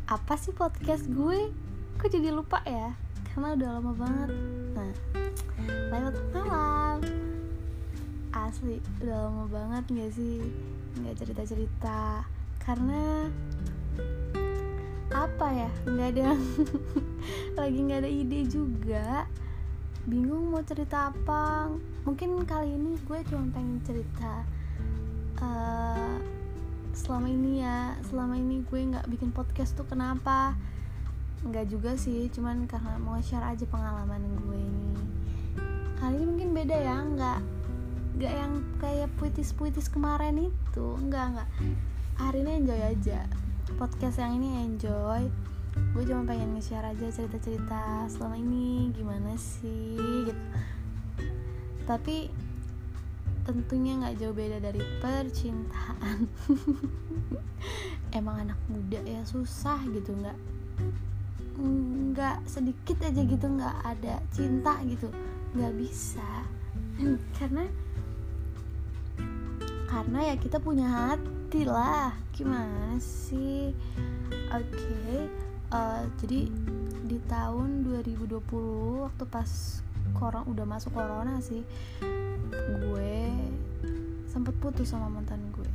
apa sih podcast gue? Kok jadi lupa ya? Karena udah lama banget. Nah, lewat malam. Asli, udah lama banget gak sih gak cerita-cerita. Karena apa ya, gak ada lagi gak ada ide juga. Bingung mau cerita apa. Mungkin kali ini gue cuma pengen cerita selama ini gue gak bikin podcast tuh kenapa. Enggak juga sih, cuman karena mau share aja pengalaman gue ini. Kali ini mungkin beda ya, enggak yang kayak puitis kemarin itu. Enggak. Hari ini enjoy aja. Podcast yang ini enjoy. Gue cuma pengen nge-share aja cerita-cerita selama ini gimana sih gitu. Tapi tentunya gak jauh beda dari percintaan. Emang anak muda ya susah gitu, nggak sedikit aja gitu nggak ada cinta gitu, nggak bisa. karena ya kita punya hati lah, gimana sih. Oke. Jadi di tahun 2020 waktu pas udah masuk corona sih, gue sempet putus sama mantan gue.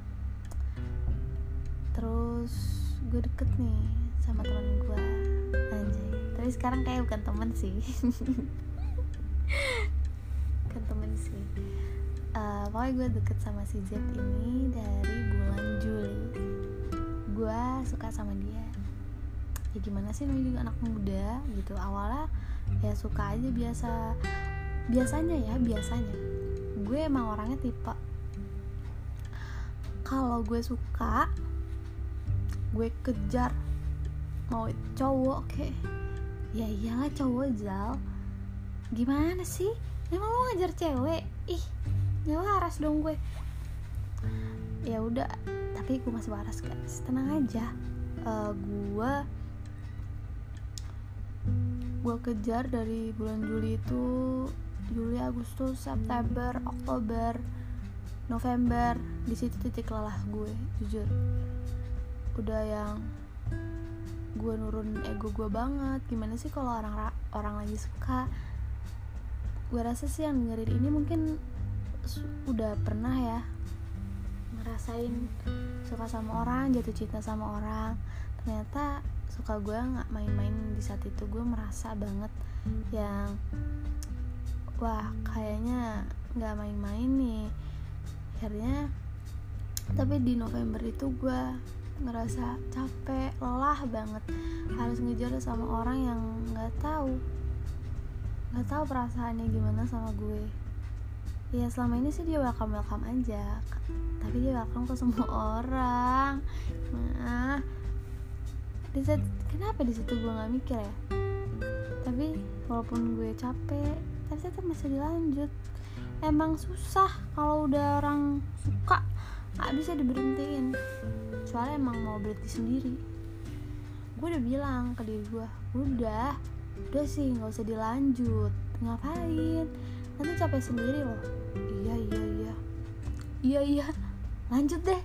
Terus gue deket nih sama teman gue, anjay. Tapi sekarang kayak bukan teman sih. Bukan teman sih. Pokoknya gue deket sama si Z ini dari bulan Juli. Gue suka sama dia. Ya gimana sih, namanya juga anak muda gitu. Awalnya ya suka aja biasanya gue emang orangnya tipe kalau gue suka gue kejar. Mau cowok kayak ya iyalah cowok Zal, gimana sih, emang mau ngejar cewek? Ih, ya waras dong gue. Ya udah, tapi gue masih waras guys, tenang aja. Gue kejar dari bulan Juli itu, Juli, Agustus, September, Oktober, November. Di situ titik lelah gue, jujur. Udah yang gue nurunin ego gue banget. Gimana sih kalau orang lagi suka? Gue rasa sih yang dengerin ini mungkin udah pernah ya ngerasain suka sama orang, jatuh cinta sama orang. Ternyata suka gue gak main-main. Di saat itu gue merasa banget yang wah kayaknya gak main-main nih akhirnya. Tapi di November itu gue ngerasa capek, lelah banget, harus ngejar sama orang yang nggak tahu perasaannya gimana sama gue. Ya selama ini sih dia welcome aja, tapi dia welcome ke semua orang. Nah, kenapa di situ gue nggak mikir ya? Tapi walaupun gue capek, tapi tetap masih dilanjut. Emang susah kalau udah orang suka, nggak bisa diberhentiin. Soalnya emang mau berhenti sendiri. Gue udah bilang ke diri gue, udah sih nggak usah dilanjut, ngapain, nanti capek sendiri loh. Iya lanjut deh.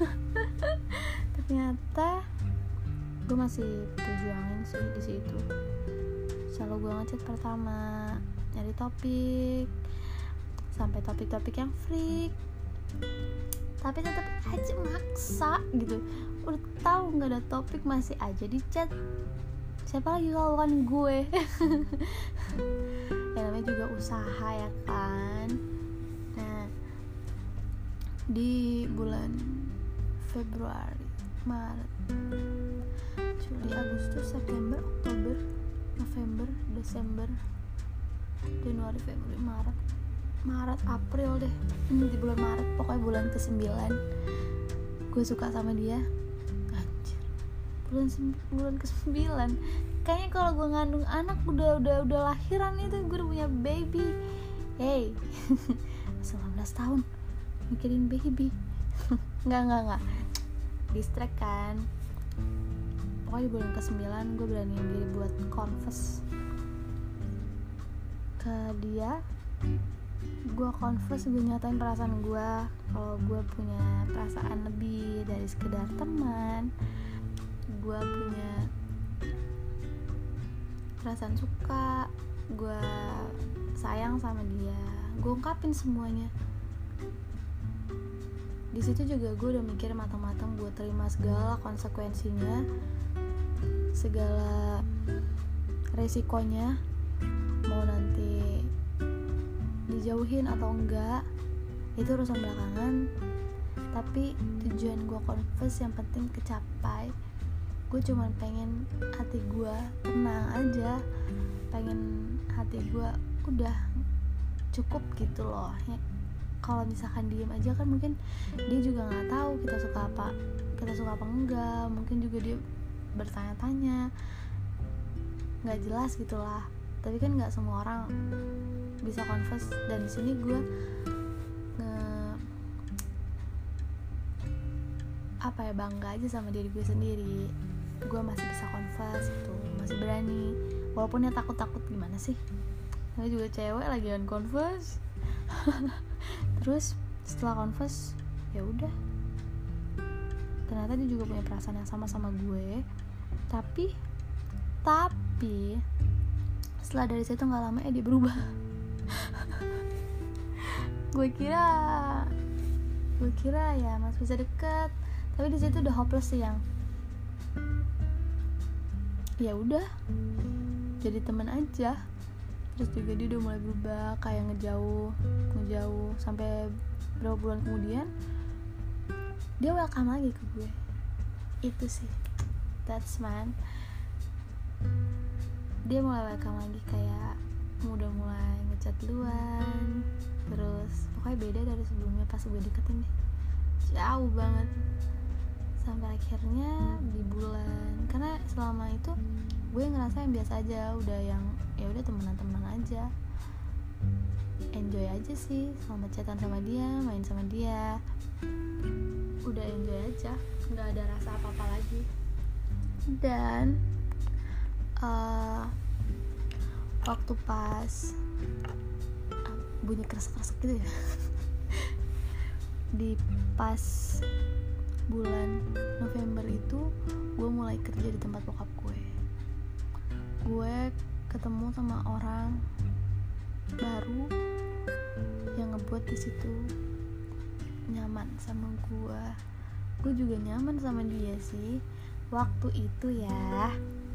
Ternyata gue masih perjuangin sih di situ. Selalu gue ngechat pertama, nyari topik sampai topik yang freak, tapi tetap aja maksa gitu. Udah tahu nggak ada topik masih aja di chat. Siapa lagi kalau bukan gue? Ya namanya juga usaha ya kan. Nah, di bulan Februari, Maret, Juli, Agustus, September, Oktober, November, Desember, Januari, Februari, Maret, April deh. Di bulan Maret, pokoknya bulan ke-9 gue suka sama dia. Anjir, bulan ke-9. Kayaknya kalau gue ngandung anak udah lahiran itu, gue udah punya baby. Hey, 19 tahun mikirin baby. Enggak. Distract kan. Pokoknya di bulan ke-9 gue beraniin diri buat confess ke dia. Gue nyatain perasaan gue, kalau gue punya perasaan lebih dari sekedar teman. gue punya perasaan suka, gue sayang sama dia, gue ungkapin semuanya. Di situ juga gue udah mikir matang-matang buat terima segala konsekuensinya, segala resikonya, mau nanti dijauhin atau enggak itu urusan belakangan. Tapi tujuan gue confess yang penting kecapai. Gue cuman pengen hati gue tenang aja, pengen hati gue udah cukup gitu loh ya. Kalau misalkan diem aja kan mungkin dia juga nggak tahu kita suka apa enggak, mungkin juga dia bertanya-tanya, nggak jelas gitulah. Tapi kan nggak semua orang bisa confess, dan di sini gue bangga aja sama diri gue sendiri. Gue masih bisa confess gitu, masih berani, walaupun ya takut gimana sih, tapi juga cewek lagi kan confess. Terus setelah confess ya udah, ternyata dia juga punya perasaan yang sama gue. Tapi setelah dari situ nggak lama dia berubah. gue kira ya masih bisa deket, tapi di situ udah hopeless sih, yang ya udah jadi teman aja. Terus juga dia udah mulai berubah, kayak ngejauh sampai berapa bulan kemudian dia welcome lagi ke gue. Itu sih, that's man. Dia mulai welcome lagi, kayak udah mulai ngechat duluan. Terus pokoknya beda dari sebelumnya pas gue deketin deh, jauh banget. Sampai akhirnya di bulan, karena selama itu gue ngerasa yang biasa aja, udah yang ya udah temenan aja, enjoy aja sih selama chatan sama dia, main sama dia, udah enjoy aja, nggak ada rasa apa-apa lagi. Dan waktu pas bunyi keresek-keresek gitu ya di pas bulan November itu gue mulai kerja di tempat bokap gue ketemu sama orang baru yang ngebuat di situ nyaman sama gue juga nyaman sama dia sih waktu itu ya.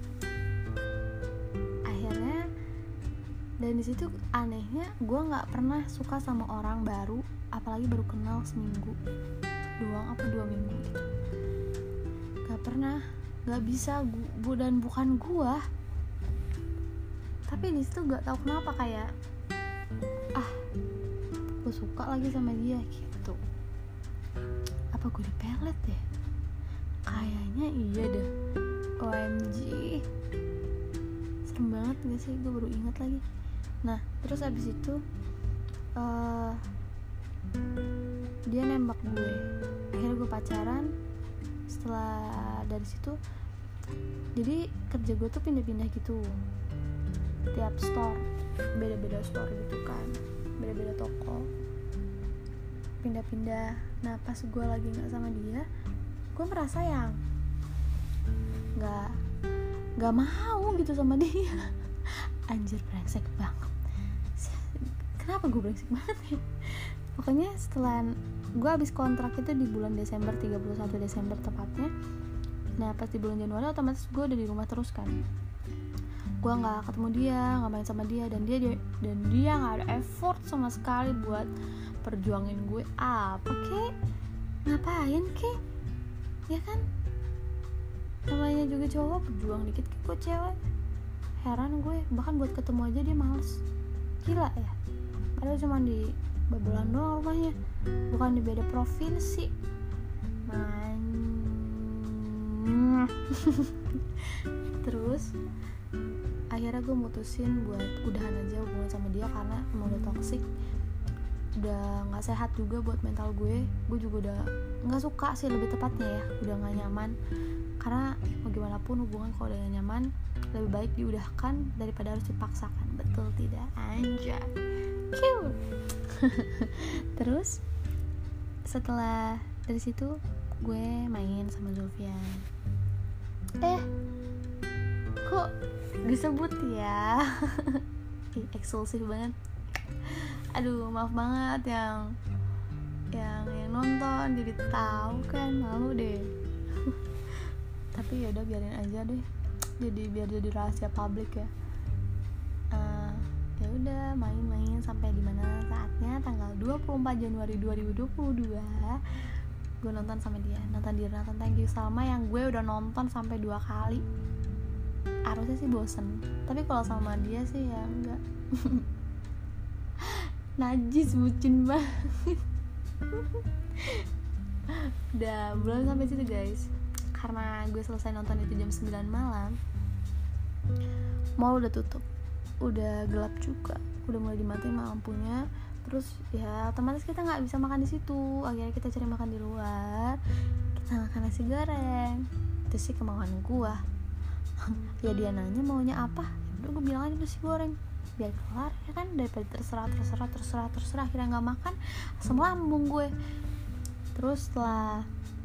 Akhirnya, dan di situ anehnya gue nggak pernah suka sama orang baru, apalagi baru kenal seminggu doang apa 2 minggu gitu. Nggak pernah, nggak bisa, dan bukan gue. Tapi di situ nggak tahu kenapa kayak gue suka lagi sama dia gitu. Apa gue dipelet deh? Kayaknya iya deh. OMG, serem banget gak sih? Gue baru ingat lagi. Nah terus abis itu dia nembak gue. Akhirnya gue pacaran. Setelah dari situ, jadi kerja gue tuh pindah-pindah gitu, tiap store beda-beda store gitu kan, beda-beda toko, pindah-pindah. Nah pas gue lagi nggak sama dia, gue merasa yang nggak mau gitu sama dia. Anjir, brengsek banget. Kenapa gue brengsek banget ya? Pokoknya setelah gue habis kontrak itu di bulan Desember, 31 Desember tepatnya. Nah pas di bulan Januari otomatis gue udah di rumah terus kan. Gue nggak ketemu dia, nggak main sama dia, dan dia nggak ada effort sama sekali buat perjuangin gue apa kek, ngapain kek, ya kan? Namanya juga cowok, berjuang dikit kek buat cewek. Heran gue, bahkan buat ketemu aja dia males. Gila ya, padahal cuma di Babelan doang rumahnya, bukan di beda provinsi. Terus akhirnya gue mutusin buat udahan aja hubungan sama dia karena emang udah toxic, udah nggak sehat juga buat mental gue. Gue juga udah nggak suka sih, lebih tepatnya ya, udah nggak nyaman. Karena mau gimana pun hubungan kalau udah gak nyaman, lebih baik diudahkan daripada harus dipaksakan. Betul tidak? Anjay, cute. Terus setelah dari situ gue main sama Zulfian. Kok disebut ya. Ih, eksklusif banget. Aduh, maaf banget yang nonton jadi tahu kan, malu deh. Tapi ya udah biarin aja deh. Biar jadi rahasia publik ya. Ya udah main-main sampai di mana saatnya tanggal 24 Januari 2022 gue nonton sama dia, nonton di Nonton Thank You Salma yang gue udah nonton sampai 2 kali. Harusnya sih bosen, tapi kalau sama dia sih ya enggak. Najis, bucin banget. Udah belum sampai situ guys, karena gue selesai nonton itu jam 9 malam. Mall udah tutup, udah gelap juga, udah mulai dimatiin lampunya. Terus ya otomatis kita nggak bisa makan di situ. Akhirnya kita cari makan di luar. Kita makan nasi goreng. Itu sih kemauan gua. Ya dia nanya maunya apa, ya udah gue bilang aja nasi goreng biar kelar ya kan, daripada terserah akhirnya nggak makan asam lambung gue. Terus setelah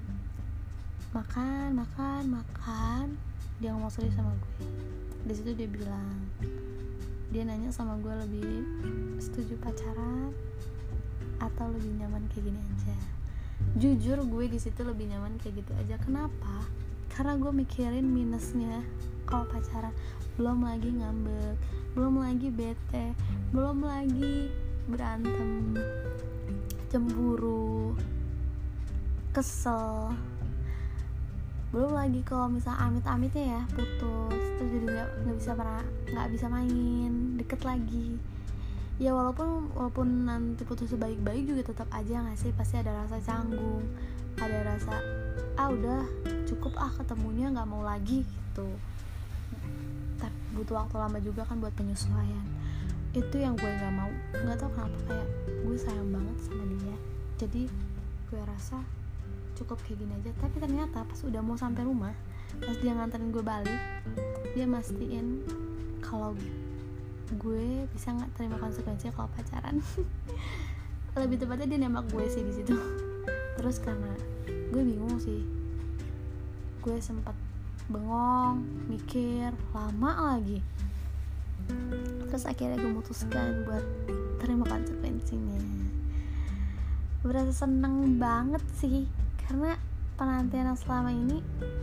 makan dia ngomong serius sama gue. Di situ dia nanya sama gue, lebih setuju pacaran atau lebih nyaman kayak gini aja. Jujur gue di situ lebih nyaman kayak gitu aja. Kenapa? Karena gue mikirin minusnya kalau pacaran. Belum lagi ngambek, belum lagi bete, belum lagi berantem, cemburu, kesel. Belum lagi kalau misal amit-amitnya ya putus, terus jadi nggak bisa main deket lagi. Ya walaupun nanti putusnya baik-baik juga tetap aja nggak sih, pasti ada rasa canggung, ada rasa udah cukup ketemunya, nggak mau lagi gitu. Tapi butuh waktu lama juga kan buat penyesuaian. Itu yang gue nggak mau. Nggak tahu kenapa, kayak gue sayang banget sama dia, jadi gue rasa cukup kayak gini aja. Tapi ternyata pas udah mau sampai rumah, pas dia nganterin gue balik, dia mastiin kalau gue bisa nggak terima konsekuensinya kalau pacaran. Lebih tepatnya dia nembak gue sih di situ. Terus karena gue bingung sih, gue sempat bengong, mikir lama lagi. Terus akhirnya gue memutuskan buat terima konsekuensinya. Berasa seneng banget sih, karena penantian yang selama ini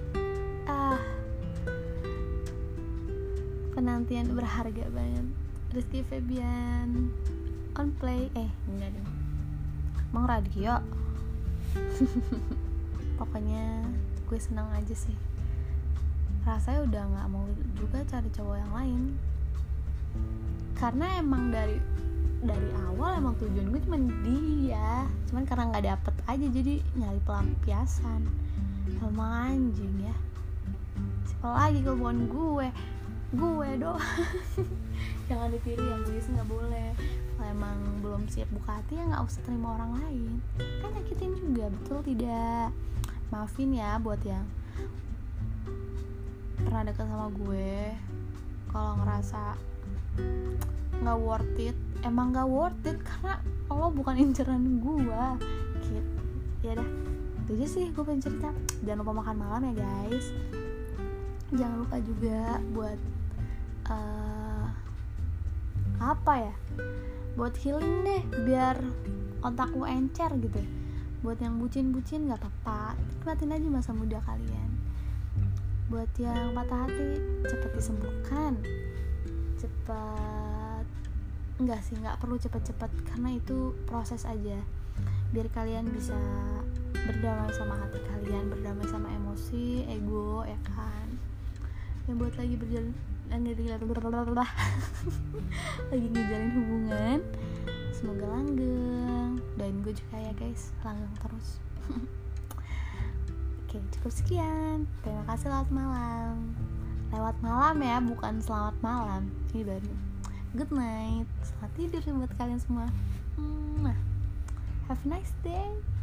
penantian berharga banget. Rizky Febian on play enggak deh, Mang Radio. Pokoknya gue senang aja sih. Rasanya udah gak mau juga cari cowok yang lain, karena emang dari awal emang tujuan gue cuma dia, cuman karena nggak dapet aja jadi nyari pelampiasan. Emang anjing ya, siapa lagi kalau bukan gue doang. Jangan ditiru yang gue sih, nggak boleh. Kalau emang belum siap buka hati ya nggak usah terima orang lain, kan nyakitin juga, betul tidak? Maafin ya buat yang pernah deket sama gue, kalau ngerasa nggak worth it, emang nggak worth it karena lo bukan inceran gue gitu. Ya dah, itu aja sih gue pengen cerita. Jangan lupa makan malam ya guys. Jangan lupa juga buat buat healing deh, biar otak lo encer gitu. Buat yang bucin-bucin gak apa-apa, nikmatin aja masa muda kalian. Buat yang patah hati, cepet disembuhkan. Nggak perlu cepet-cepet, karena itu proses aja, biar kalian bisa berdamai sama hati kalian, berdamai sama emosi, ego, ya kan. Yang buat lagi lagi ngejalin hubungan, semoga langgeng. Doain gue juga ya guys, langgeng terus. Oke, cukup sekian. Terima kasih lewat malam ya, bukan selamat malam. Ini baru good night, selamat tidur buat kalian semua. Have a nice day.